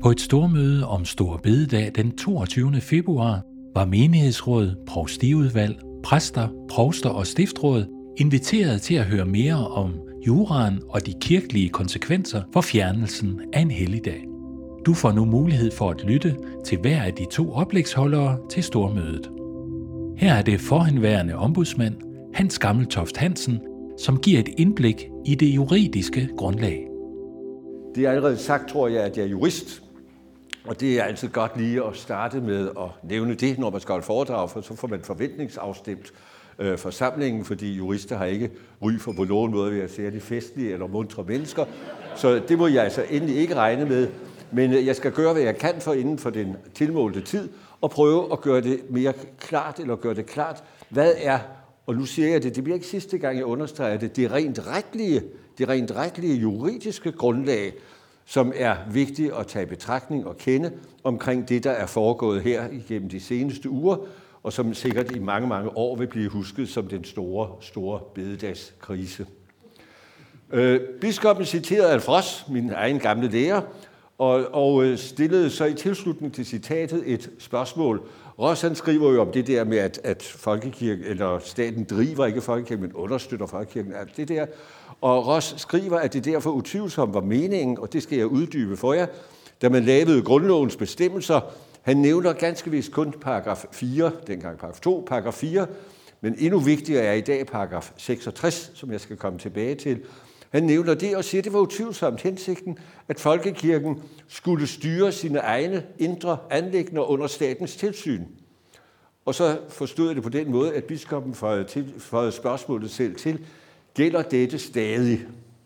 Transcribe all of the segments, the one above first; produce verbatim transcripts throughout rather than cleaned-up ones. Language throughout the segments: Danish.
På et stormøde om Store Bededag den toogtyvende februar var menighedsråd, provstiudvalg, præster, provster og stiftsråd inviteret til at høre mere om juraen og de kirkelige konsekvenser for fjernelsen af en helligdag. Du får nu mulighed for at lytte til hver af de to oplægsholdere til stormødet. Her er det forhenværende ombudsmand, Hans Gammeltoft Hansen, som giver et indblik i det juridiske grundlag. Det er allerede sagt, tror jeg, at jeg er jurist, og det er altid godt lige at starte med at nævne det, når man skal holde foredrag, for så får man forventningsafstemt øh, forsamlingen, fordi jurister har ikke ry for på nogen måde ved at sige, de festlige eller muntre mennesker, så det må jeg altså endelig ikke regne med, men jeg skal gøre, hvad jeg kan for inden for den tilmålte tid, og prøve at gøre det mere klart, eller gøre det klart, hvad er, og nu siger jeg det, det bliver ikke sidste gang, jeg understreger det, det rent retlige, det rent retlige juridiske grundlag, som er vigtigt at tage i betragtning og kende omkring det, der er foregået her igennem de seneste uger, og som sikkert i mange, mange år vil blive husket som den store, store bededagskrise. Øh, biskoppen citerede Alfros, min egen gamle lærer, og, og stillede så i tilslutning til citatet et spørgsmål. Ross han skriver jo om det der med, at, at folkekirken, eller staten driver ikke folkekirken, men understøtter folkekirken, alt det der. Og Ross skriver, at det derfor utvivlsomt var meningen, og det skal jeg uddybe for jer, da man lavede grundlovens bestemmelser. Han nævner ganske vist kun paragraf fire, dengang paragraf to, paragraf fire, men endnu vigtigere er i dag paragraf seksogtres, som jeg skal komme tilbage til. Han nævner det og siger, at det var utvivlsomt hensigten, at folkekirken skulle styre sine egne indre anliggender under statens tilsyn. Og så forstod jeg det på den måde, at biskoppen føjede spørgsmålet selv til, gælder dette stadig?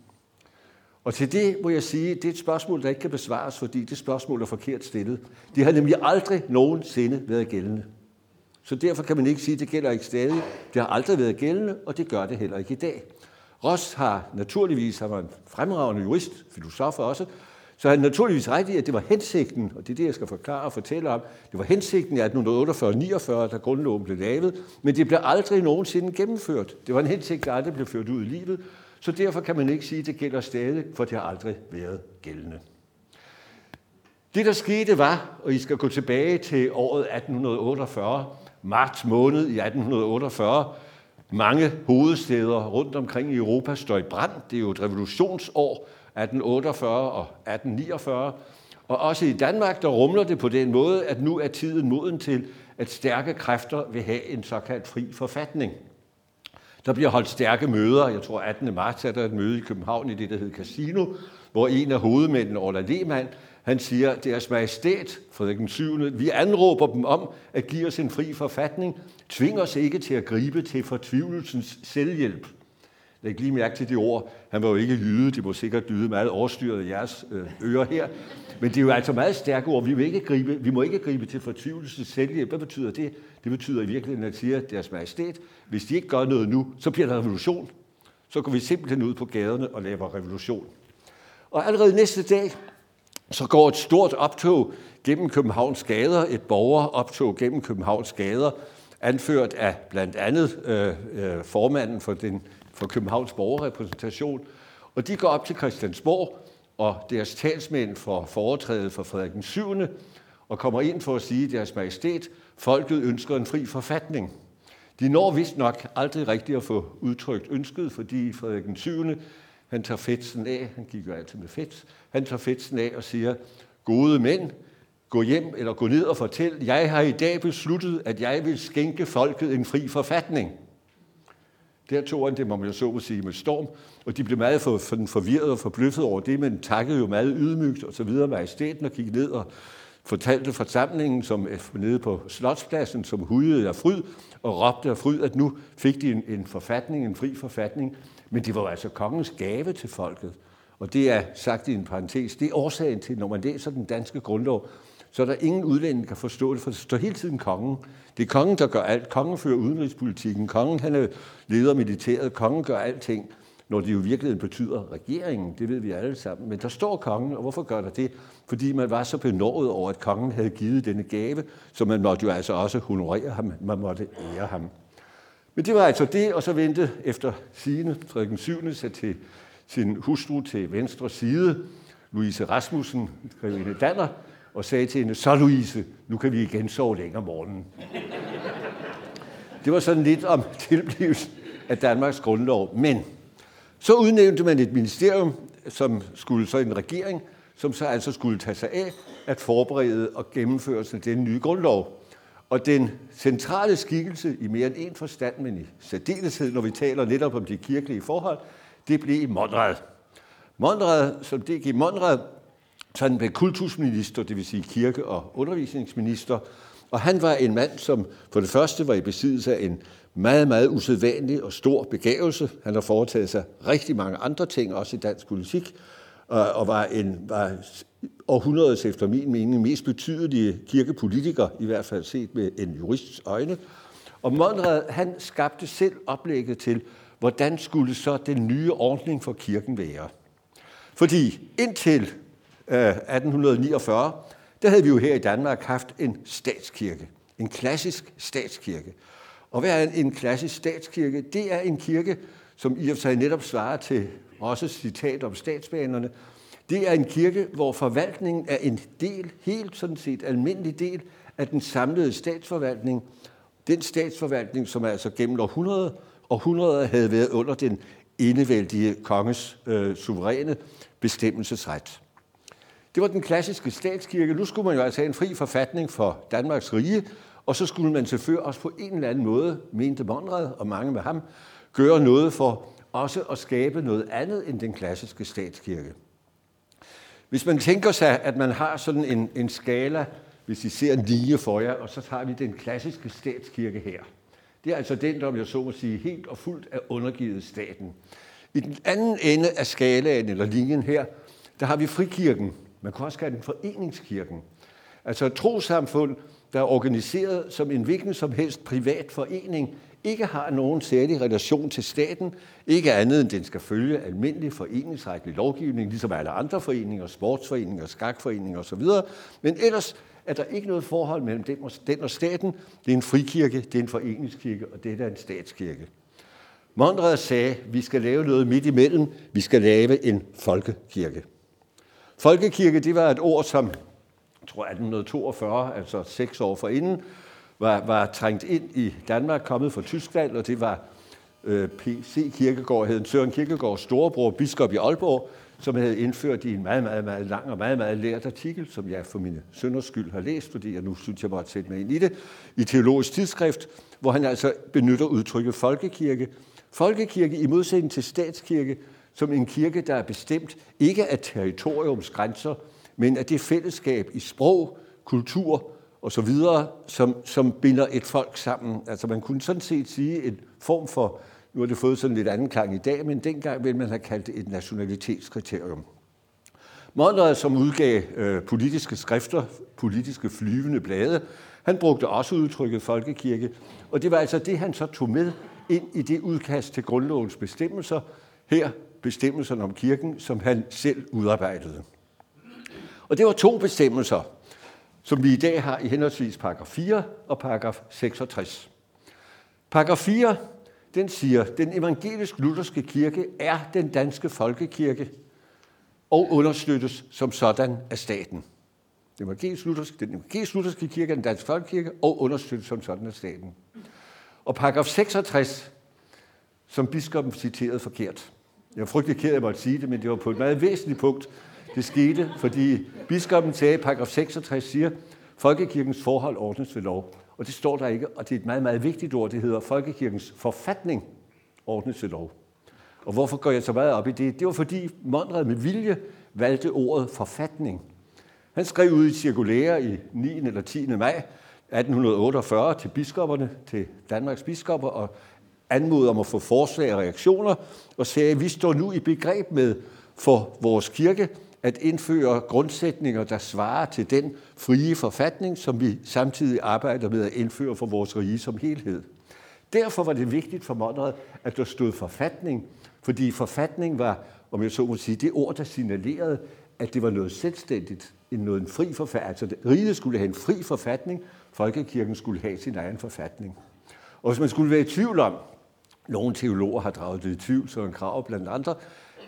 Og til det må jeg sige, at det er et spørgsmål, der ikke kan besvares, fordi det spørgsmål er forkert stillet. Det har nemlig aldrig nogensinde været gældende. Så derfor kan man ikke sige, at det gælder ikke stadig. Det har aldrig været gældende, og det gør det heller ikke i dag. Ross har naturligvis, han var en fremragende jurist, filosof også, så han naturligvis ret i, at det var hensigten, og det er det, jeg skal forklare og fortælle om, det var hensigten i atten otteogfyrre niogfyrre, da grundloven blev lavet, men det blev aldrig nogensinde gennemført. Det var en hensigt, der aldrig blev ført ud i livet, så derfor kan man ikke sige, at det gælder stadig, for det har aldrig været gældende. Det, der skete var, og I skal gå tilbage til året atten otteogfyrre, marts måned i atten otteogfyrre, mange hovedstæder rundt omkring i Europa står i brand. Det er jo et revolutionsår, atten otteogfyrre og atten niogfyrre. Og også i Danmark, der rumler det på den måde, at nu er tiden moden til, at stærke kræfter vil have en såkaldt fri forfatning. Der bliver holdt stærke møder. Jeg tror, attende marts er der et møde i København i det, der hedder Casino, hvor en af hovedmændene, Orla Lehmann, han siger, deres majestæt, Frederik den syvende, vi anråber dem om at give os en fri forfatning, tving os ikke til at gribe til fortvivlelsens selvhjælp. Læg lige mærke til det ord. Han var jo ikke jyde, det må sikkert lyde meget overstyret af jeres ører her. Men det er jo altså meget stærke ord. Vi må ikke gribe, vi må ikke gribe til fortvivlelsens selvhjælp. Hvad betyder det? Det betyder i virkeligheden, at siger deres majestæt, hvis de ikke gør noget nu, så bliver der revolution. Så går vi simpelthen ud på gaderne og laver revolution. Og allerede næste dag, så går et stort optog gennem Københavns gader, et borgeroptog gennem Københavns gader, anført af blandt andet øh, øh, formanden for, den, for Københavns borgerrepræsentation. Og de går op til Christiansborg, og deres talsmænd får foretrædet for Frederik den syvende, og kommer ind for at sige, at deres majestæt, folket ønsker en fri forfatning. De når vist nok aldrig rigtigt at få udtrykt ønsket, fordi Frederik den syvende, han tager fedtsen af, han gik jo altid med fedt, han tager fedtsen af og siger, gode mænd, gå hjem eller gå ned og fortæl, jeg har i dag besluttet, at jeg vil skænke folket en fri forfatning. Der tog han det, må man jo så må sige, med storm, og de blev meget for, for forvirret og forbløffet over det, men takkede jo meget ydmygt og så videre majestæten og gik ned og fortalte forsamlingen, som nede på Slotspladsen, som hujede af fryd og råbte af fryd, at nu fik de en, en forfatning, en fri forfatning, men det var altså kongens gave til folket. Og det er sagt i en parentes, det er årsagen til, når man læser den danske grundlov, så er der ingen udlænding, der kan forstå det, for det står hele tiden kongen. Det er kongen, der gør alt. Kongen fører udenrigspolitikken. Kongen, han er leder af militæret. Kongen gør alting, når det jo i virkeligheden betyder regeringen. Det ved vi alle sammen. Men der står kongen, og hvorfor gør der det? Fordi man var så benådet over, at kongen havde givet denne gave, så man måtte jo altså også honorere ham. Man måtte ære ham. Men det var altså det, og så vendte efter sigende Frederik den syvende sig til sin hustru til venstre side, Louise Rasmussen, grevinde Danner, og sagde til hende, så Louise, nu kan vi igen sove længe om morgenen. Det var sådan lidt om tilblivelsen af Danmarks grundlov. Men så udnævnte man et ministerium, som skulle så en regering, som så altså skulle tage sig af at forberede og gennemføre den nye grundlov. Og den centrale skikkelse i mere end en forstand, men i særdeleshed, når vi taler netop om de kirkelige forhold, det blev Monrad. Monrad, som D G Monrad, så han blev kultusminister, det vil sige kirke- og undervisningsminister, og han var en mand, som for det første var i besiddelse af en meget, meget usædvanlig og stor begavelse. Han har foretaget sig rigtig mange andre ting, også i dansk politik, og var, en, var århundredets efter min mening mest betydelige kirkepolitiker, i hvert fald set med en jurists øjne. Og Monrad, han skabte selv oplægget til, hvordan skulle så den nye ordning for kirken være. Fordi indtil atten niogfyrre, der havde vi jo her i Danmark haft en statskirke, en klassisk statskirke. Og hvad er en klassisk statskirke? Det er en kirke, som i og for sig netop svarer til også citat om statsbanerne. Det er en kirke, hvor forvaltningen er en del, helt sådan set almindelig del af den samlede statsforvaltning. Den statsforvaltning, som altså gennem århundreder, århundreder havde været under den enevældige konges øh, suveræne bestemmelsesret. Det var den klassiske statskirke. Nu skulle man jo altså have en fri forfatning for Danmarks rige, og så skulle man selvfølgelig også på en eller anden måde, mente Monrad og mange med ham, gøre noget for også at skabe noget andet end den klassiske statskirke. Hvis man tænker sig, at man har sådan en, en skala, hvis I ser en linje for jer, og så tager vi den klassiske statskirke her. Det er altså den, der, om jeg så må sige, helt og fuldt er undergivet staten. I den anden ende af skalaen, eller linjen her, der har vi frikirken. Man kan også kalde den foreningskirken. Altså et trossamfund, der er organiseret som en hvilken som helst privat forening, ikke har nogen særlig relation til staten, ikke andet end den skal følge almindelig foreningsretlig lovgivning, ligesom alle andre foreninger, sportsforeninger, skakforeninger osv. Men ellers er der ikke noget forhold mellem den og staten. Det er en frikirke, det er en foreningskirke, og det er en statskirke. Monrad sagde, at vi skal lave noget midt imellem, vi skal lave en folkekirke. Folkekirke, det var et ord, som jeg tror atten toogfyrre, altså seks år forinden, var, var trængt ind i Danmark, kommet fra Tyskland, og det var øh, P C Kirkegaard, hed Søren Kierkegaards storebror, biskop i Aalborg, som havde indført i en meget, meget, meget lang og meget, meget lært artikel, som jeg for mine sønders skyld har læst, fordi jeg nu synes, jeg måtte sætte mig ind i det, i Teologisk Tidsskrift, hvor han altså benytter udtrykket folkekirke. Folkekirke i modsætning til statskirke, som en kirke, der er bestemt ikke af territoriumsgrænser, men af det fællesskab i sprog, kultur og så videre, som, som binder et folk sammen. Altså man kunne sådan set sige en form for, nu har det fået sådan lidt anden klang i dag, men dengang ville man have kaldt det et nationalitetskriterium. Monrad, som udgav øh, politiske skrifter, politiske flyvende blade, han brugte også udtrykket folkekirke, og det var altså det, han så tog med ind i det udkast til grundlovens bestemmelser, her bestemmelserne om kirken, som han selv udarbejdede. Og det var to bestemmelser, som vi i dag har i henholdsvis paragraf fire og paragraf seksogtres. Paragraf fire, den siger, den evangelisk-lutherske kirke er den danske folkekirke og understøttes som sådan af staten. Den evangelisk-lutherske, den evangelisk-lutherske kirke er den danske folkekirke og understøttes som sådan af staten. Og paragraf seksogtres, som biskoppen citerede forkert. Jeg er frygtelig ked af at måtte sige det, men det var på et meget væsentligt punkt, det skete, fordi biskoppen sagde, at paragraf seksogtres siger, folkekirkens forhold ordnes ved lov. Og det står der ikke, og det er et meget, meget vigtigt ord, det hedder folkekirkens forfatning ordnes ved lov. Og hvorfor går jeg så meget op i det? Det var fordi Monrad med vilje valgte ordet forfatning. Han skrev ud i cirkulære i niende eller tiende maj atten otteogfyrre til biskopperne, til Danmarks biskopper, og anmodede om at få forslag og reaktioner, og sagde, at vi står nu i begreb med for vores kirke at indføre grundsætninger, der svarer til den frie forfatning, som vi samtidig arbejder med at indføre for vores rige som helhed. Derfor var det vigtigt for Monrad, at der stod forfatning, fordi forfatning var, om jeg så må sige, det ord, der signalerede, at det var noget selvstændigt, noget en fri forfatning. Altså riget skulle have en fri forfatning, folkekirken skulle have sin egen forfatning. Og hvis man skulle være i tvivl om, nogle teologer har draget det i tvivl, så en krav blandt andre,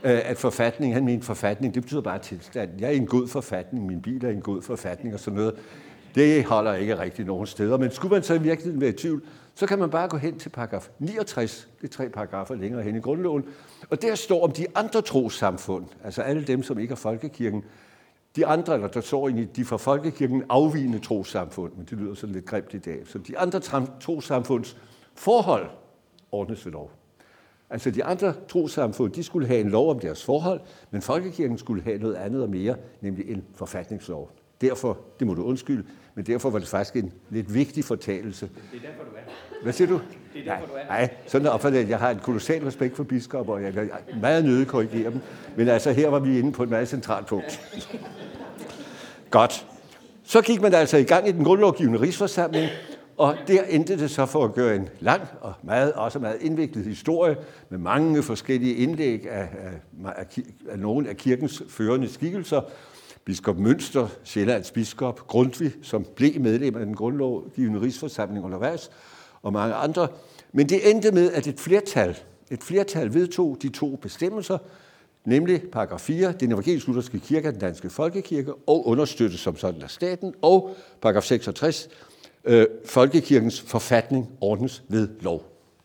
at forfatning, han mente forfatning, det betyder bare tilstand. Jeg er i en god forfatning, min bil er i en god forfatning og sådan noget. Det holder ikke rigtig nogen steder. Men skulle man så i virkeligheden være i tvivl, så kan man bare gå hen til paragraf niogtres, det er tre paragrafer længere hen i grundloven, og der står om de andre trossamfund, altså alle dem, som ikke er folkekirken, de andre, eller der står egentlig, de fra folkekirken afvigende trossamfund, men det lyder sådan lidt grimt i dag, så de andre trossamfunds forhold ordnes ved lov. Altså de andre trossamfund, de skulle have en lov om deres forhold, men folkekirken skulle have noget andet og mere, nemlig en forfatningslov. Derfor, det må du undskylde, men derfor var det faktisk en lidt vigtig fortalelse. Det er derfor, du er. Hvad siger du? Det er derfor, du er. Nej, sådan er opfattet. Jeg har en kolossal respekt for biskopper, og jeg kan meget nødig korrigere dem. Men altså, her var vi inde på et meget centralt punkt. Godt. Så gik man altså i gang i den grundlovgivende rigsforsamling, og der endte det så for at gøre en lang og meget, også meget indviklet historie med mange forskellige indlæg af, af, af, af nogle af kirkens førende skikkelser. Biskop Münster, Sjællands biskop, Grundtvig, som blev medlem af den grundlovgivende rigsforsamling undervejs, og mange andre. Men det endte med, at et flertal, et flertal vedtog de to bestemmelser, nemlig paragraf fire, den evangelisk-lutherske kirke er den danske folkekirke, og understøttes som sådan af staten, og paragraf seksogtres, øh, folkekirkens forfatning ordnes ved lov.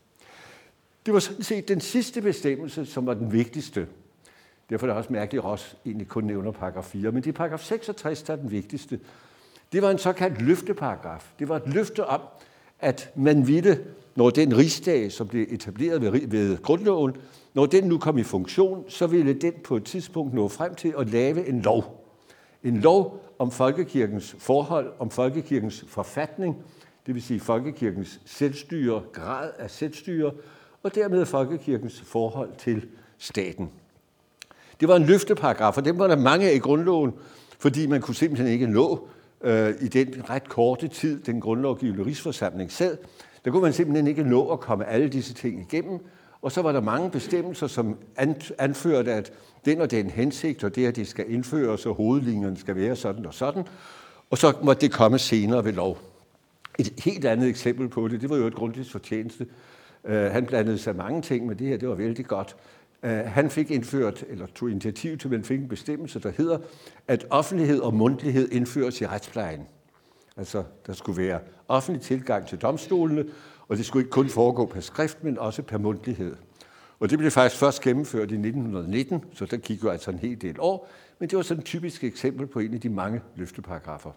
Det var sådan set den sidste bestemmelse, som var den vigtigste. Derfor er det også mærkeligt, at Ross egentlig kun nævner paragraf fire, men det er paragraf seksogtres, der er den vigtigste. Det var en såkaldt løfteparagraf. Det var et løfte om, at man ville, når den rigsdag, som blev etableret ved, ved grundloven, når den nu kom i funktion, så ville den på et tidspunkt nå frem til at lave en lov. En lov om folkekirkens forhold, om folkekirkens forfatning, det vil sige folkekirkens selvstyre, grad af selvstyre, og dermed folkekirkens forhold til staten. Det var en løfteparagraf, og dem var der mange af i grundloven, fordi man kunne simpelthen ikke nå øh, i den ret korte tid, den grundlovgivende rigsforsamling sad. Der kunne man simpelthen ikke nå at komme alle disse ting igennem, og så var der mange bestemmelser, som anførte, at den og den hensigt, og det, at det skal indføres, og hovedlinjerne skal være sådan og sådan, og så måtte det komme senere ved lov. Et helt andet eksempel på det, det var jo et Grundtvigs fortjeneste. Uh, han blandede sig mange ting, men det her, det var vældig godt. Uh, han fik indført, eller tog initiativ til, at man fik en bestemmelse, der hedder, at offentlighed og mundtlighed indføres i retsplejen. Altså, der skulle være offentlig tilgang til domstolene, og det skulle ikke kun foregå per skrift, men også per mundtlighed. Og det blev faktisk først gennemført i nitten nitten, så der gik jo altså en hel del år, men det var sådan et typisk eksempel på en af de mange løfteparagrafer.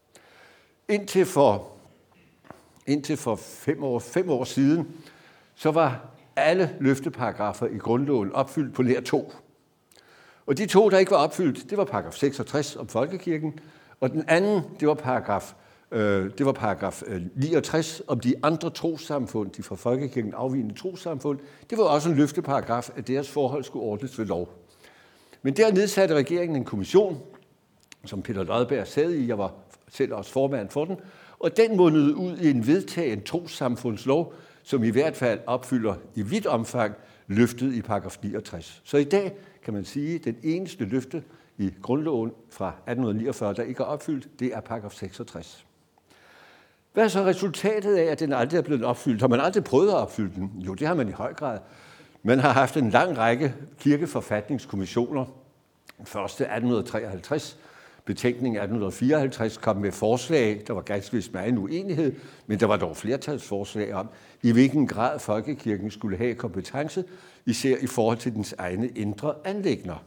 Indtil for, indtil for fem, år, fem år siden, så var alle løfteparagrafer i grundloven opfyldt på nær to. Og de to, der ikke var opfyldt, det var paragraf seksogtres om folkekirken, og den anden, det var paragraf Det var paragraf niogtres om de andre trossamfund, de fra folkekirken afvigende trossamfund. Det var også en løfteparagraf, at deres forhold skulle ordnes ved lov. Men der nedsatte regeringen en kommission, som Peter Lodberg sad i. Jeg var selv også formand for den. Og den mundede ud i en vedtagen trossamfundslov, som i hvert fald opfylder i vidt omfang løftet i paragraf niogtres. Så i dag kan man sige, at den eneste løfte i grundloven fra atten niogfyrre, der ikke er opfyldt, det er paragraf seksogtres. Hvad er så resultatet af, at den aldrig er blevet opfyldt? Har man aldrig prøvet at opfylde den? Jo, det har man i høj grad. Man har haft en lang række kirkeforfatningskommissioner. Den første atten treoghalvtreds, betænkningen atten fireoghalvtreds kom med forslag, der var ganske vist meget uenighed, men der var dog flertalsforslag om, i hvilken grad folkekirken skulle have kompetence, især i forhold til dens egne indre anliggender.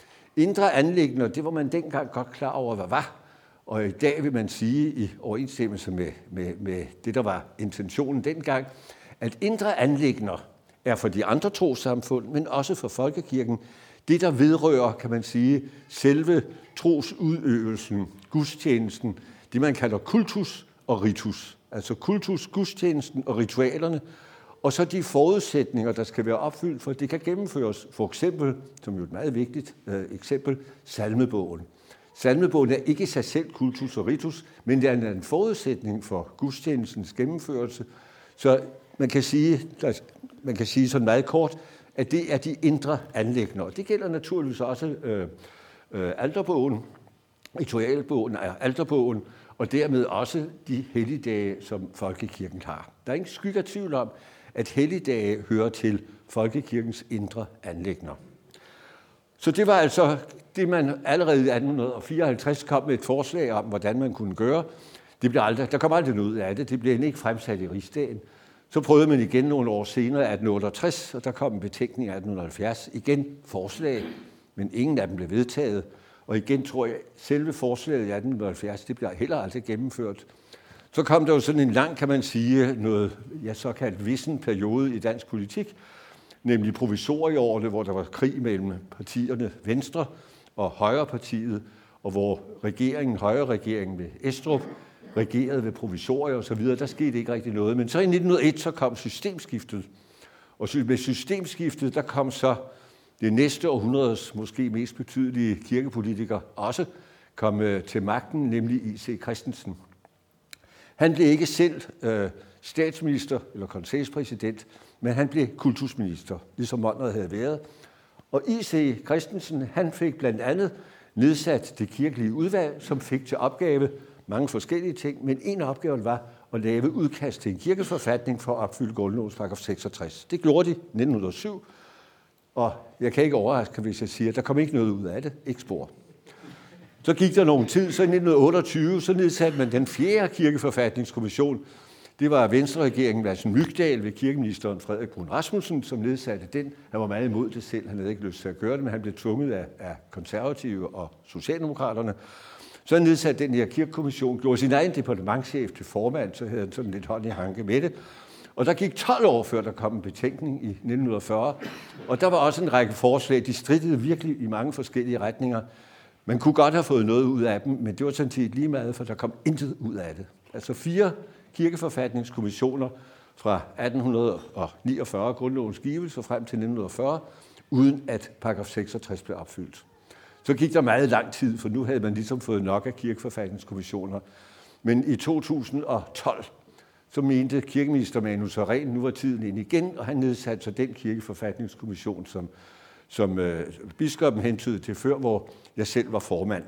Indre anliggender, det var man dengang godt klar over, hvad var. Og i dag vil man sige, i overensstemmelse med, med, med det, der var intentionen dengang, at indre anliggender er for de andre trossamfund, men også for folkekirken, det, der vedrører, kan man sige, selve trosudøvelsen, gudstjenesten, det man kalder kultus og ritus. Altså kultus, gudstjenesten og ritualerne, og så de forudsætninger, der skal være opfyldt, for at det kan gennemføres. For eksempel, som jo et meget vigtigt øh, eksempel, salmebogen. Salmebogen er ikke i sig selv kultus og ritus, men det er en forudsætning for gudstjenestens gennemførelse. Så man kan sige, man kan sige sådan meget kort, at det er de indre anliggender. Og det gælder naturligvis også øh, øh, alterbogen, ritualbogen er alterbogen, og dermed også de helligdage, som folkekirken har. Der er ingen skygge af tvivl om, at helligdage hører til folkekirkens indre anliggender. Så det var altså det, man allerede i atten fireoghalvtreds kom med et forslag om, hvordan man kunne gøre. Det blev aldrig, der kom aldrig noget ud af det. Det blev ikke fremsat i Rigsdagen. Så prøvede man igen nogle år senere, atten otteogtres, og der kom en betænkning i atten halvfjerds. Igen forslag, men ingen af dem blev vedtaget. Og igen tror jeg, selve forslaget i atten halvfjerds, det blev heller aldrig gennemført. Så kom der jo sådan en lang, kan man sige, noget ja, såkaldt vissen periode i dansk politik, nemlig provisorieårene, hvor der var krig mellem partierne Venstre og Højrepartiet, og hvor regeringen, Højre-regeringen ved Estrup, regerede ved provisorier og så videre. Der skete ikke rigtig noget. Men så i nitten hundrede og et, så kom systemskiftet. Og med systemskiftet, der kom så det næste århundredes måske mest betydelige kirkepolitiker også kom til magten, nemlig I C Christensen. Han blev ikke selv øh, statsminister eller konseilspræsident, men han blev kultusminister, ligesom Monrad havde været. Og I C Christensen, han fik blandt andet nedsat det kirkelige udvalg, som fik til opgave mange forskellige ting, men en af opgaven var at lave udkast til en kirkeforfatning for at opfylde grundlovens paragraf seksogtres. Det gjorde de i nitten hundrede og syv, og jeg kan ikke overraske, hvis jeg siger, at der kom ikke noget ud af det, ikke spor. Så gik der nogen tid, så i nitten otteogtyve, så nedsatte man den fjerde kirkeforfatningskommission. Det var Venstre-regeringen Madsen Mygdal ved kirkeministeren Frederik Bruun Rasmussen, som nedsatte den. Han var meget imod det selv, han havde ikke lyst til at gøre det, men han blev tvunget af, af konservative og socialdemokraterne. Så han nedsatte den her kirkekommission, gjorde sin egen departementschef til formand, så havde han sådan lidt hånd i hanke med det. Og der gik tolv år, før der kom en betænkning i nitten fyrre, og der var også en række forslag, de strittede virkelig i mange forskellige retninger. Man kunne godt have fået noget ud af dem, men det var sådan set lige meget, for der kom intet ud af det. Altså fire kirkeforfatningskommissioner fra atten niogfyrre, grundlovens givelse, frem til nitten fyrre, uden at paragraf seksogtres blev opfyldt. Så gik der meget lang tid, for nu havde man ligesom fået nok af kirkeforfatningskommissioner. Men i to tusind og tolv, så mente kirkeminister Manu Sareen, nu var tiden ind igen, og han nedsatte så den kirkeforfatningskommission, som, som øh, biskoppen hentydede til før, hvor jeg selv var formand.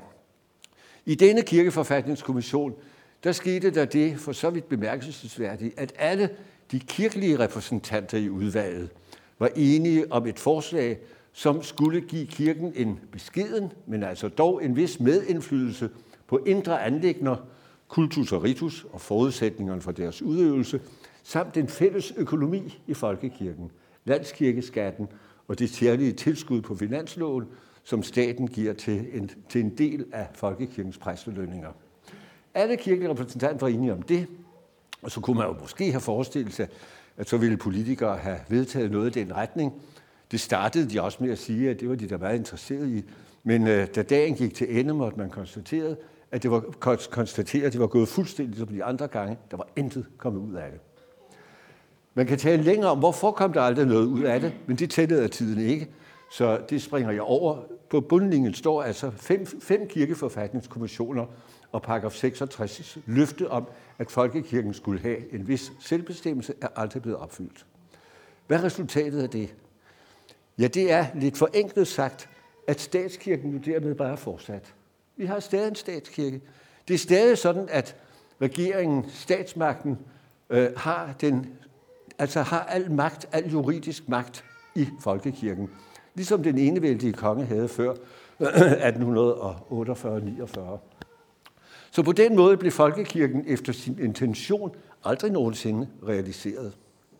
I denne kirkeforfatningskommission, der skete der det for så vidt bemærkelsesværdigt, at alle de kirkelige repræsentanter i udvalget var enige om et forslag, som skulle give kirken en beskeden, men altså dog en vis medindflydelse på indre anliggender, kultus og ritus og forudsætningerne for deres udøvelse, samt en fælles økonomi i folkekirken, landskirkeskatten og det særlige tilskud på finansloven, som staten giver til en, til en del af folkekirkens præstelønninger. Alle kirkelige repræsentanter var enige om det, og så kunne man jo måske have forestillet sig, at så ville politikere have vedtaget noget i den retning. Det startede de også med at sige, at det var de der meget interesserede i. Men øh, da dagen gik til ende, måtte man konstatere, at det var konstateret, at det var gået fuldstændig som de andre gange. Der var intet kommet ud af det. Man kan tale længere om, hvorfor kom der aldrig noget ud af det, men det tællede tiden ikke. Så det springer jeg over. På bundlinjen står altså fem, fem kirkeforfatningskommissioner og paragraf seksogtres løfte om, at folkekirken skulle have en vis selvbestemmelse, er aldrig blevet opfyldt. Hvad er resultatet af det? Ja, det er lidt forenklet sagt, at statskirken nu dermed bare er fortsat. Vi har stadig en statskirke. Det er stadig sådan, at regeringen, statsmagten, øh, har, den, altså har al magt, al juridisk magt i folkekirken. Ligesom den enevældige konge havde før atten otteogfyrre niogfyrre. Så på den måde blev folkekirken efter sin intention aldrig nogensinde realiseret.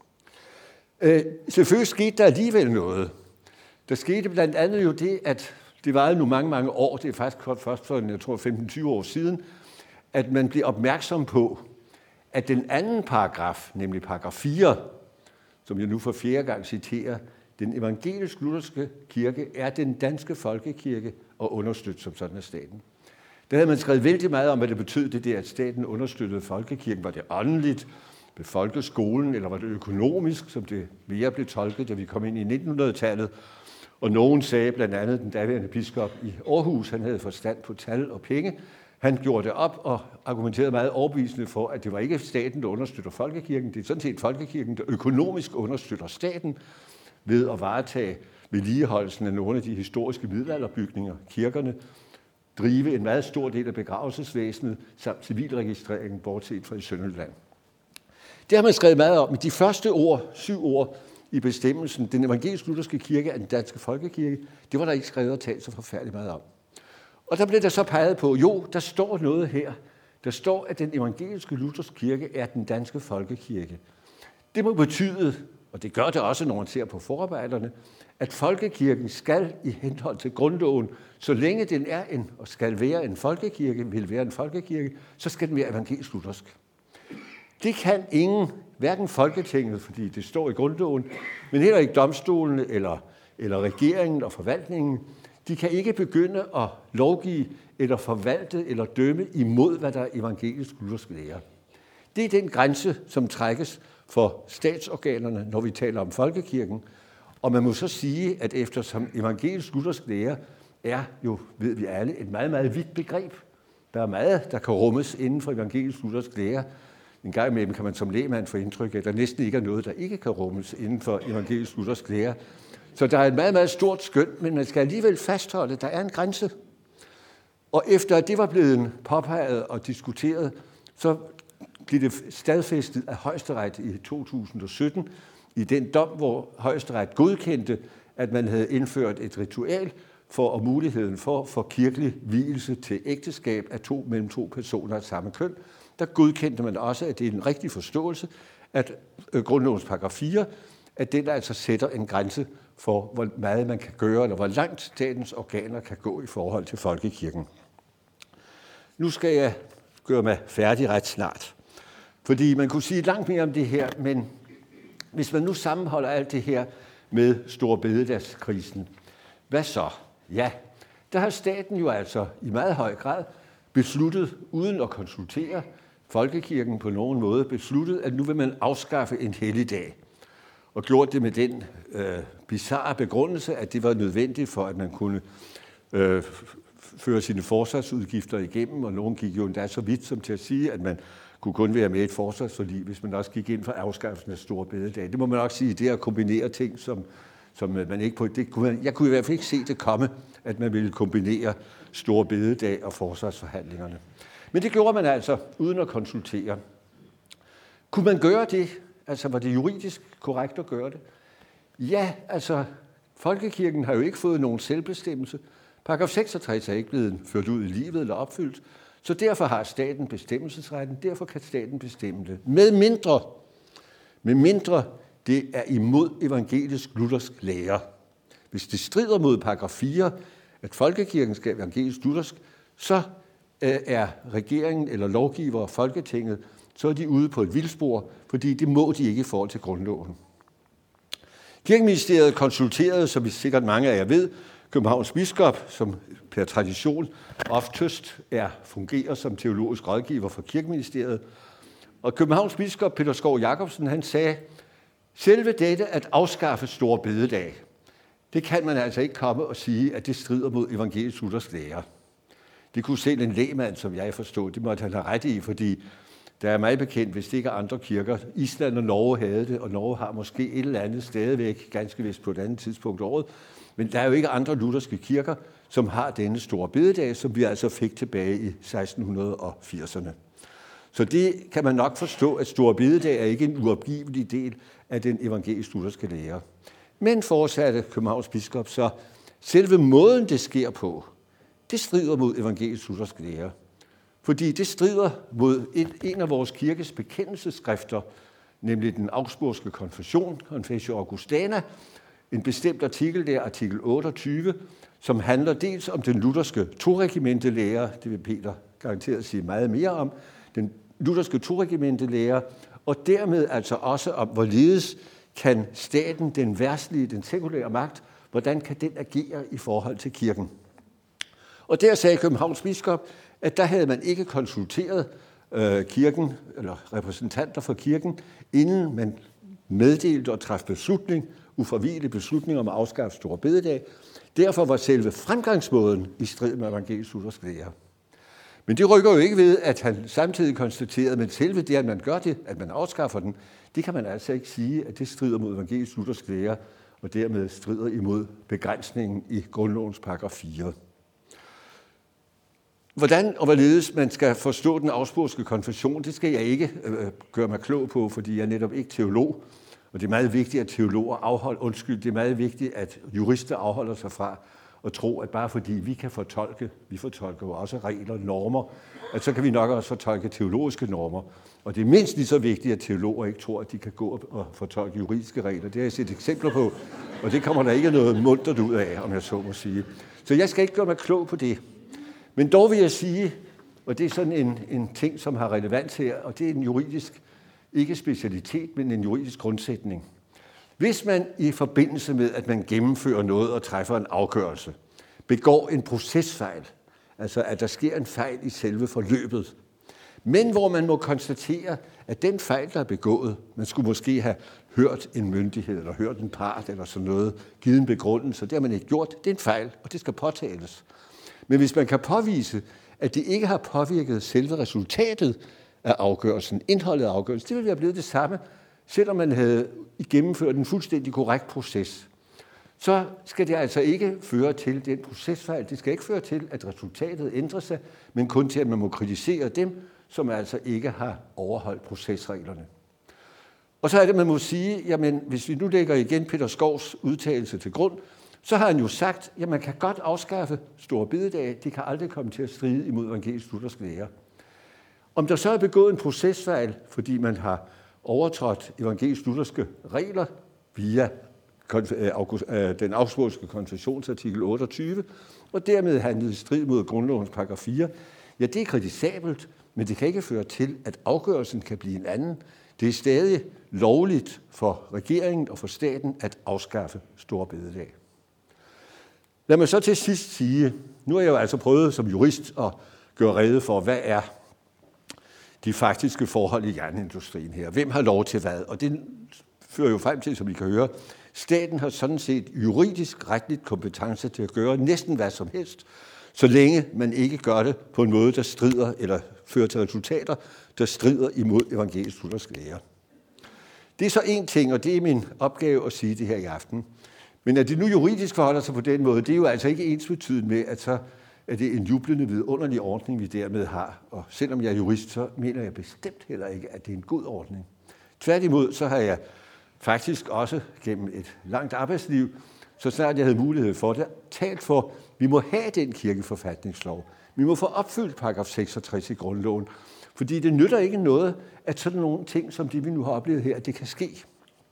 Øh, selvfølgelig skete der alligevel noget. Der skete blandt andet jo det, at det varede nu mange, mange år, det er faktisk først for, jeg tror, femten til tyve år siden, at man blev opmærksom på, at den anden paragraf, nemlig paragraf fire, som jeg nu for fjerde gang citerer, den evangelisk-lutherske kirke er den danske folkekirke og understøttet som sådan af staten. Der havde man skrevet vældig meget om, hvad det betød, det der, at staten understøttede folkekirken. Var det åndeligt ved folkeskolen, eller var det økonomisk, som det mere blev tolket, da vi kom ind i nitten hundrede-tallet? Og nogen sagde, blandt andet den daværende biskop i Aarhus, han havde forstand på tal og penge. Han gjorde det op og argumenterede meget overbevisende for, at det var ikke staten, der understøtter folkekirken. Det er sådan set folkekirken, der økonomisk understøtter staten ved at varetage vedligeholdelsen af nogle af de historiske middelalderbygninger, kirkerne, drive en meget stor del af begravelsesvæsenet samt civilregistreringen, bortset fra i Sønderjylland. Det har man skrevet meget om, men de første ord, syv ord i bestemmelsen, den evangelisk-lutherske kirke er den danske folkekirke, det var der ikke skrevet og talt så forfærdeligt meget om. Og der blev der så peget på, jo, der står noget her. Der står, at den evangeliske lutherske kirke er den danske folkekirke. Det må betyde, og det gør det også, når man ser på forarbejderne, at folkekirken skal i henhold til grundloven, så længe den er en og skal være en folkekirke, vil være en folkekirke, så skal den være evangelisk-luthersk. Det kan ingen, hverken Folketinget, fordi det står i grundloven, men heller ikke domstolene eller, eller regeringen og forvaltningen, de kan ikke begynde at lovgive eller forvalte eller dømme imod, hvad der er evangelisk-luthersk lære. Det er den grænse, som trækkes for statsorganerne, når vi taler om folkekirken. Og man må så sige, at eftersom evangelisk-luthersk lære er jo, ved vi alle, et meget, meget vidt begreb. Der er meget, der kan rummes inden for evangelisk-luthersk lære. En gang imellem kan man som lægmand få indtryk af, at der næsten ikke er noget, der ikke kan rummes inden for evangelisk-luthersk lære. Så der er et meget, meget stort skøn, men man skal alligevel fastholde, at der er en grænse. Og efter at det var blevet påpeget og diskuteret, så blev det stadfæstet af Højesteret i to tusind og sytten, i den dom, hvor Højesteret godkendte, at man havde indført et ritual for og muligheden for, for kirkelig vielse til ægteskab af to mellem to personer af samme køn. Der godkendte man også, at det er en rigtig forståelse, at grundlovens paragraf fire, at den altså sætter en grænse for, hvor meget man kan gøre, eller hvor langt statens organer kan gå i forhold til folkekirken. Nu skal jeg gøre mig færdig ret snart, fordi man kunne sige langt mere om det her, men hvis man nu sammenholder alt det her med Store Bededagskrisen, hvad så? Ja, der har staten jo altså i meget høj grad besluttet, uden at konsultere folkekirken på nogen måde, besluttet, at nu vil man afskaffe en helligdag. Og gjort det med den øh, bizarre begrundelse, at det var nødvendigt for, at man kunne øh, føre sine forsvarsudgifter igennem, og nogen gik jo endda så vidt som til at sige, at man kunne kun være med i et forsvarsforlig, hvis man også gik ind for afskaffelsen af Store Bededag. Det må man også sige, det er at kombinere ting, som, som man ikke på. Det kunne man, jeg kunne i hvert fald ikke se det komme, at man ville kombinere Store Bededag og forsvarsforhandlingerne. Men det gjorde man altså, uden at konsultere. Kunne man gøre det? Altså, var det juridisk korrekt at gøre det? Ja, altså, folkekirken har jo ikke fået nogen selvbestemmelse. paragraf seksogtres er ikke blevet ført ud i livet eller opfyldt, så derfor har staten bestemmelsesretten, derfor kan staten bestemme det. Med mindre, med mindre det er imod evangelisk-luthersk lære. Hvis det strider mod paragraf fire, at folkekirken skal evangelisk-luthersk, så er regeringen eller lovgiver Folketinget, så er de ude på et vildspor, fordi det må de ikke i forhold til grundloven. Kirkeministeriet konsulterede, som vi sikkert mange af jer ved, Københavns biskop, som per tradition oftest er, fungerer som teologisk rådgiver for Kirkeministeriet. Og Københavns biskop Peter Skov Jacobsen, han sagde, selve dette at afskaffe Store Bededag, det kan man altså ikke komme og sige, at det strider mod evangelisk-luthersk lære. Det kunne selv en lægmand, som jeg forstod, det måtte han have ret i, fordi der er meget bekendt, hvis det ikke er andre kirker. Island og Norge havde det, og Norge har måske et eller andet stadigvæk, ganske vist på et andet tidspunkt af året. Men der er jo ikke andre lutherske kirker, som har denne Store Bededag, som vi altså fik tilbage i seksten firserne. Så det kan man nok forstå, at Store Bededag er ikke en uopgivelig del af den evangelisk-lutherske lære. Men fortsatte Københavns biskop, så selve måden, det sker på, det strider mod evangelisk-luthersk lære. Fordi det strider mod et, en af vores kirkes bekendelsesskrifter, nemlig den augsburgske konfession, Confessio Augustana, en bestemt artikel der, artikel otteogtyve, som handler dels om den lutherske toregimentelære, det vil Peter garanteret sige meget mere om, den lutherske toregimentelære, og dermed altså også om, hvorledes kan staten, den verdslige, den sekulære magt, hvordan kan den agere i forhold til kirken. Og der sagde Københavns biskop, at der havde man ikke konsulteret øh, kirken, eller repræsentanter for kirken, inden man meddelte og træffede beslutning, ufravigelig beslutning om at afskaffe Store Bededag. Derfor var selve fremgangsmåden i strid med evangelisk-luthersk lære. Men det rykker jo ikke ved, at han samtidig konstaterede, at selve det, at man gør det, at man afskaffer den, det kan man altså ikke sige, at det strider mod evangelisk-luthersk lære, og dermed strider imod begrænsningen i grundlovens paragraf fire. Hvordan og hvorledes man skal forstå den augsburgske konfession, det skal jeg ikke øh, gøre mig klog på, fordi jeg er netop ikke teolog, Og det er meget vigtigt, at teologer afholder, undskyld, det er meget vigtigt, at jurister afholder sig fra at tro, at bare fordi vi kan fortolke, vi fortolker jo også regler, normer, at så kan vi nok også fortolke teologiske normer. Og det er mindst lige så vigtigt, at teologer ikke tror, at de kan gå og fortolke juridiske regler. Det har jeg set eksempler på, og det kommer der ikke noget muntert ud af, om jeg så må sige. Så jeg skal ikke gøre mig klog på det. Men dog vil jeg sige, og det er sådan en, en ting, som har relevans her, og det er en juridisk, ikke specialitet, men en juridisk grundsætning. Hvis man i forbindelse med, at man gennemfører noget og træffer en afgørelse, begår en procesfejl, altså at der sker en fejl i selve forløbet, men hvor man må konstatere, at den fejl, der er begået, man skulle måske have hørt en myndighed, eller hørt en part, eller sådan noget, givet en begrundelse, det har man ikke gjort, det er en fejl, og det skal påtales. Men hvis man kan påvise, at det ikke har påvirket selve resultatet af afgørelsen, indholdet af afgørelsen, det ville være blevet det samme, selvom man havde gennemført en fuldstændig korrekt proces. Så skal det altså ikke føre til den procesfejl. Det skal ikke føre til, at resultatet ændrer sig, men kun til, at man må kritisere dem, som altså ikke har overholdt procesreglerne. Og så er det, man må sige, jamen hvis vi nu lægger igen Peter Skovs udtalelse til grund, så har han jo sagt, at man kan godt afskaffe store bededag, det kan aldrig komme til at stride imod evangelisk-luthersk lære. Om der så er begået en procesfejl, fordi man har overtrådt evangelisk-lutherske regler via den augsburgske konfessionsartikel otteogtyve, og dermed handlet i strid mod grundlovens paragraf fire, ja, det er kritisabelt, men det kan ikke føre til, at afgørelsen kan blive en anden. Det er stadig lovligt for regeringen og for staten at afskaffe store bededag. Lad mig så til sidst sige, nu har jeg jo altså prøvet som jurist at gøre rede for, hvad er de faktiske forhold i jernindustrien her. Hvem har lov til hvad? Og det fører jo frem til, som I kan høre, staten har sådan set juridisk retligt kompetence til at gøre næsten hvad som helst, så længe man ikke gør det på en måde, der strider eller fører til resultater, der strider imod evangelisk-luthersk lære. Det er så en ting, og det er min opgave at sige det her i aften. Men at det nu juridisk forholder sig på den måde, det er jo altså ikke ensbetydende med, at så er det en jublende vidunderlig ordning, vi dermed har. Og selvom jeg er jurist, så mener jeg bestemt heller ikke, at det er en god ordning. Tværtimod, så har jeg faktisk også gennem et langt arbejdsliv, så snart jeg havde mulighed for det, talt for, at vi må have den kirkeforfatningslov. Vi må få opfyldt paragraf seksogtres i grundloven, fordi det nytter ikke noget, at sådan nogle ting, som det vi nu har oplevet her, det kan ske.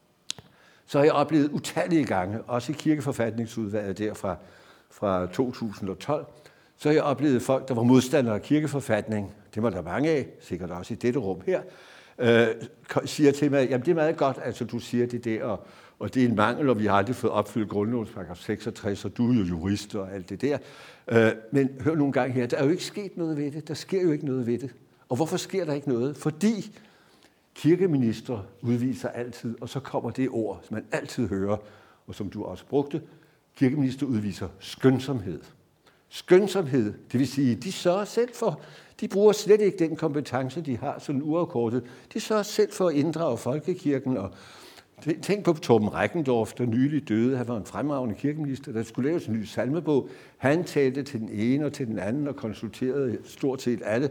Så har jeg oplevet utallige gange, også i kirkeforfatningsudvalget der fra, fra to tusind og tolv, så har jeg oplevet folk, der var modstandere af kirkeforfatning, det var der mange af, sikkert også i dette rum her, øh, siger til mig, jamen det er meget godt, altså du siger det der, og, og det er en mangel, og vi har aldrig fået opfyldt grundlovens paragraf seksogtres, og du er jo jurist og alt det der. Øh, men hør nogle gange her, der er jo ikke sket noget ved det, der sker jo ikke noget ved det. Og hvorfor sker der ikke noget? Fordi kirkeminister udviser altid, og så kommer det ord, som man altid hører, og som du også brugte, kirkeminister udviser skønsomhed. Skønsomhed, det vil sige, de sørger selv for, de bruger slet ikke den kompetence, de har sådan uafkortet. De sørger selv for at inddrage folkekirken, og tænk på Torben Reckendorf, der nylig døde. Han var en fremragende kirkeminister, der skulle laves en ny salmebog. Han talte til den ene og til den anden og konsulterede stort set alle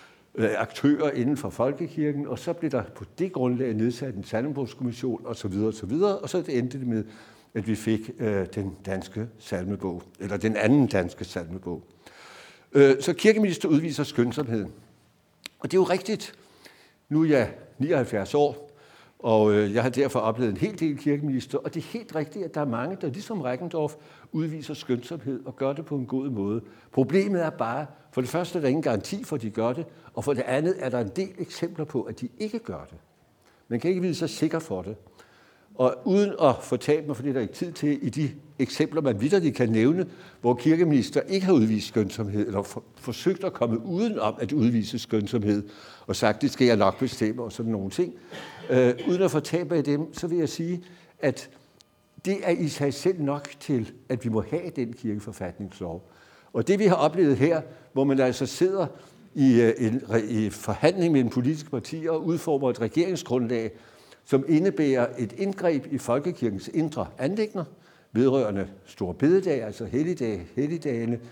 aktører inden for folkekirken, og så blev der på det grundlag nedsat en salmebogskommission osv. osv. Og så endte det med, at vi fik øh, den danske salmebog, eller den anden danske salmebog. Øh, så kirkeminister udviser skønsomhed. Og det er jo rigtigt. Nu er jeg nioghalvfjerds år, og øh, jeg har derfor oplevet en hel del kirkeminister, og det er helt rigtigt, at der er mange, der ligesom Reckendorf udviser skønsomhed og gør det på en god måde. Problemet er bare, for det første er der ingen garanti for, at de gør det, og for det andet er der en del eksempler på, at de ikke gør det. Man kan ikke vide sig sikker for det. Og uden at fortabe mig, for det er der ikke tid til, i de eksempler, man vitterligt kan nævne, hvor kirkeminister ikke har udvist skønsomhed, eller for, forsøgt at komme uden om at udvise skønsomhed, og sagt, det skal jeg nok bestemme, og sådan nogle ting. Øh, uden at fortabe mig i dem, så vil jeg sige, at det er i sig selv nok til, at vi må have den kirkeforfatningslov. Og det vi har oplevet her, hvor man altså sidder i en i forhandling med en politisk parti og udformer et regeringsgrundlag, som indebærer et indgreb i folkekirkens indre anliggender, vedrørende store bededag, altså helligdage, helligdagene,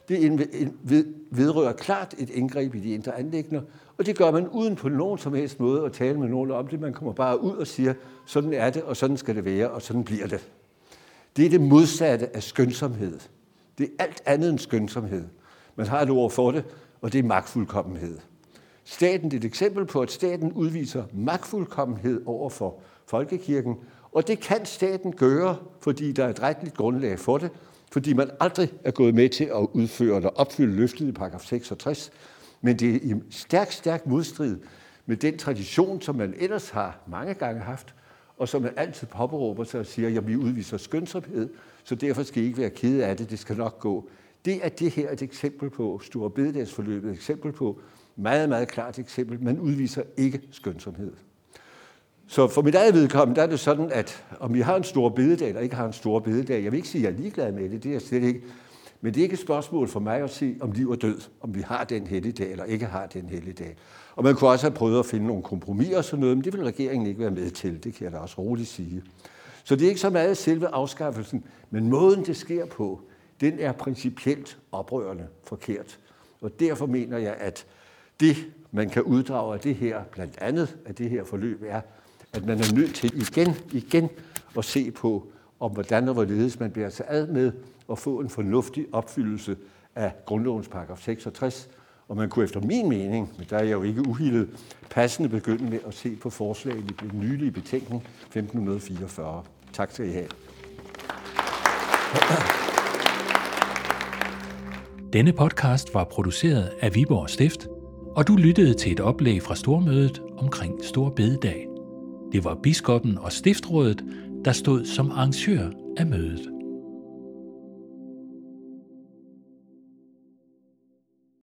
Det vedrører klart et indgreb i de indre anliggender, og det gør man uden på nogen som helst måde at tale med nogen om det. Man kommer bare ud og siger, sådan er det, og sådan skal det være, og sådan bliver det. Det er det modsatte af skønsomhed. Det er alt andet end skønsomhed. Man har et ord for det, og det er magtfuldkommenhed. Staten det er et eksempel på, at staten udviser magtfuldkommenhed over for folkekirken, og det kan staten gøre, fordi der er et retligt grundlag for det, fordi man aldrig er gået med til at udføre eller opfylde løftet i paragraf seksogtres, men det er i stærk, stærk modstrid med den tradition, som man ellers har mange gange haft, og som man altid påberåber sig og siger, at vi udviser skønsomhed, så derfor skal I ikke være kede af det, det skal nok gå. Det er det her et eksempel på, Store Bededagsforløbet et eksempel på, meget, meget klart eksempel, man udviser ikke skønsomhed. Så for mit eget vedkommende, der er det sådan, at om vi har en stor bededag eller ikke har en stor bededag, jeg vil ikke sige, at jeg er ligeglad med det, det er jeg slet ikke, men det er ikke et spørgsmål for mig at se om liv og død, om vi har den helligdag eller ikke har den helligdag. Og man kunne også have prøvet at finde nogle kompromiser og sådan noget, men det vil regeringen ikke være med til, det kan jeg da også roligt sige. Så det er ikke så meget selve afskaffelsen, men måden det sker på, den er principielt oprørende forkert. Og derfor mener jeg, at det, man kan uddrage af det her, blandt andet af det her forløb, er, at man er nødt til igen, igen at se på, om hvordan og hvorledes man bliver sig ad med at få en fornuftig opfyldelse af grundlovens paragraf seksogtres. Og man kunne efter min mening, men der er jeg jo ikke uhildet, passende begynde med at se på forslaget i den nylige betænkning femten fireogfyrre. Tak skal I have. Denne podcast var produceret af Viborg Stift, og du lyttede til et oplæg fra stormødet omkring Store Bededag. Det var biskoppen og stiftsrådet, der stod som arrangør af mødet.